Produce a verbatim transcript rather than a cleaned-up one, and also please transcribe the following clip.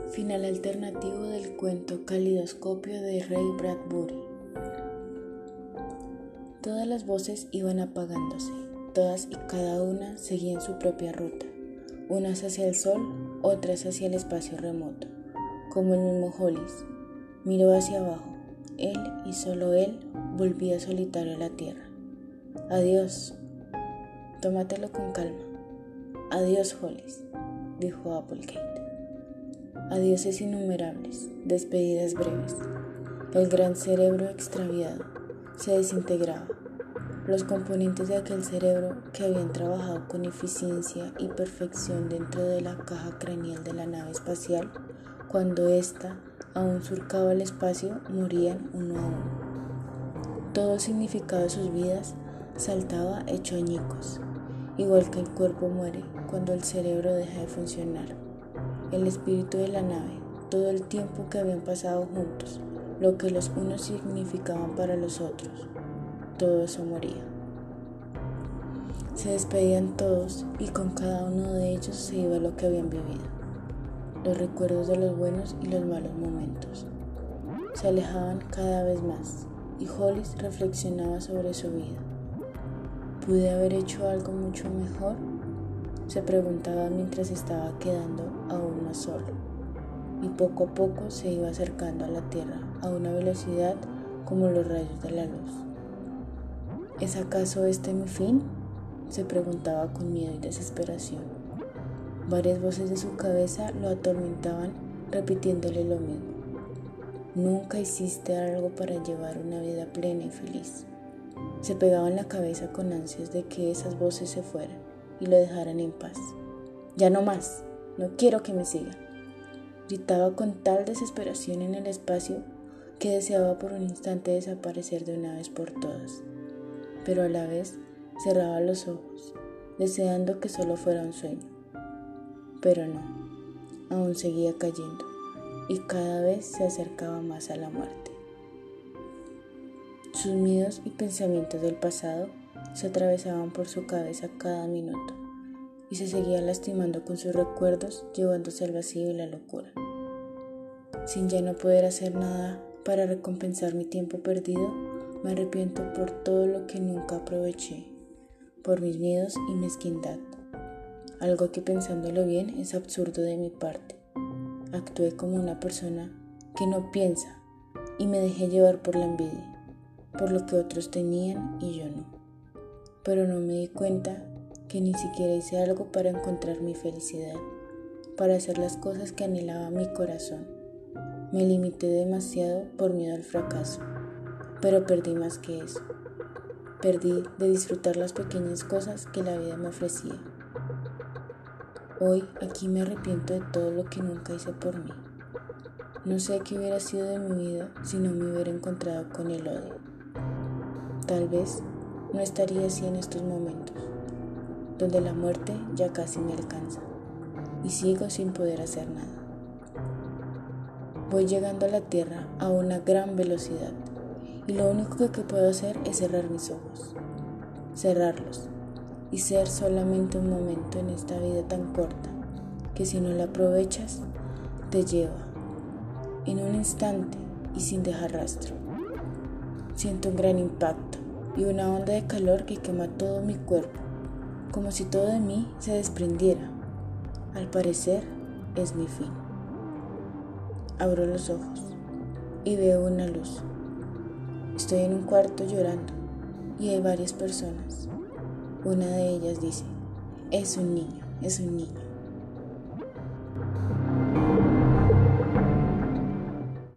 Final alternativo del cuento Calidoscopio de Ray Bradbury. Todas las voces iban apagándose, todas y cada una seguían su propia ruta, unas hacia el sol, otras hacia el espacio remoto, como el mismo Hollis. Miró hacia abajo, él y solo él volvía solitario a la tierra. Adiós, tómatelo con calma. Adiós, Hollis, dijo Applegate. Adioses innumerables, despedidas breves. El gran cerebro extraviado se desintegraba. Los componentes de aquel cerebro que habían trabajado con eficiencia y perfección dentro de la caja craneal de la nave espacial, cuando ésta aún surcaba el espacio, morían uno a uno. Todo el significado de sus vidas saltaba hecho añicos, igual que el cuerpo muere cuando el cerebro deja de funcionar. El espíritu de la nave, todo el tiempo que habían pasado juntos, lo que los unos significaban para los otros, todo eso moría. Se despedían todos y con cada uno de ellos se iba lo que habían vivido, los recuerdos de los buenos y los malos momentos. Se alejaban cada vez más y Hollis reflexionaba sobre su vida. ¿Pude haber hecho algo mucho mejor?, se preguntaba mientras estaba quedando aún más solo, y poco a poco se iba acercando a la tierra a una velocidad como los rayos de la luz. ¿Es acaso este mi fin?, se preguntaba con miedo y desesperación. Varias voces de su cabeza lo atormentaban, repitiéndole lo mismo. Nunca hiciste algo para llevar una vida plena y feliz. Se pegaba en la cabeza con ansias de que esas voces se fueran y lo dejaran en paz. Ya no más, no quiero que me sigan, gritaba con tal desesperación en el espacio que deseaba por un instante desaparecer de una vez por todas, pero a la vez cerraba los ojos, deseando que solo fuera un sueño. Pero no, aún seguía cayendo y cada vez se acercaba más a la muerte. Sus miedos y pensamientos del pasado se atravesaban por su cabeza cada minuto y se seguía lastimando con sus recuerdos, llevándose al vacío y la locura. Sin ya no poder hacer nada para recompensar mi tiempo perdido, me arrepiento por todo lo que nunca aproveché, por mis miedos y mezquindad, algo que pensándolo bien es absurdo de mi parte. Actué como una persona que no piensa y me dejé llevar por la envidia, por lo que otros tenían y yo no. Pero no me di cuenta que ni siquiera hice algo para encontrar mi felicidad, para hacer las cosas que anhelaba mi corazón. Me limité demasiado por miedo al fracaso, pero perdí más que eso. Perdí de disfrutar las pequeñas cosas que la vida me ofrecía. Hoy aquí me arrepiento de todo lo que nunca hice por mí. No sé qué hubiera sido de mi vida si no me hubiera encontrado con el odio. Tal vez no estaría así en estos momentos, donde la muerte ya casi me alcanza y sigo sin poder hacer nada. Voy llegando a la tierra a una gran velocidad y lo único que puedo hacer es cerrar mis ojos, cerrarlos y ser solamente un momento en esta vida tan corta que si no la aprovechas te lleva en un instante y sin dejar rastro. Siento un gran impacto y una onda de calor que quema todo mi cuerpo, como si todo de mí se desprendiera. Al parecer, es mi fin. Abro los ojos y veo una luz. Estoy en un cuarto llorando y hay varias personas. Una de ellas dice, es un niño, es un niño.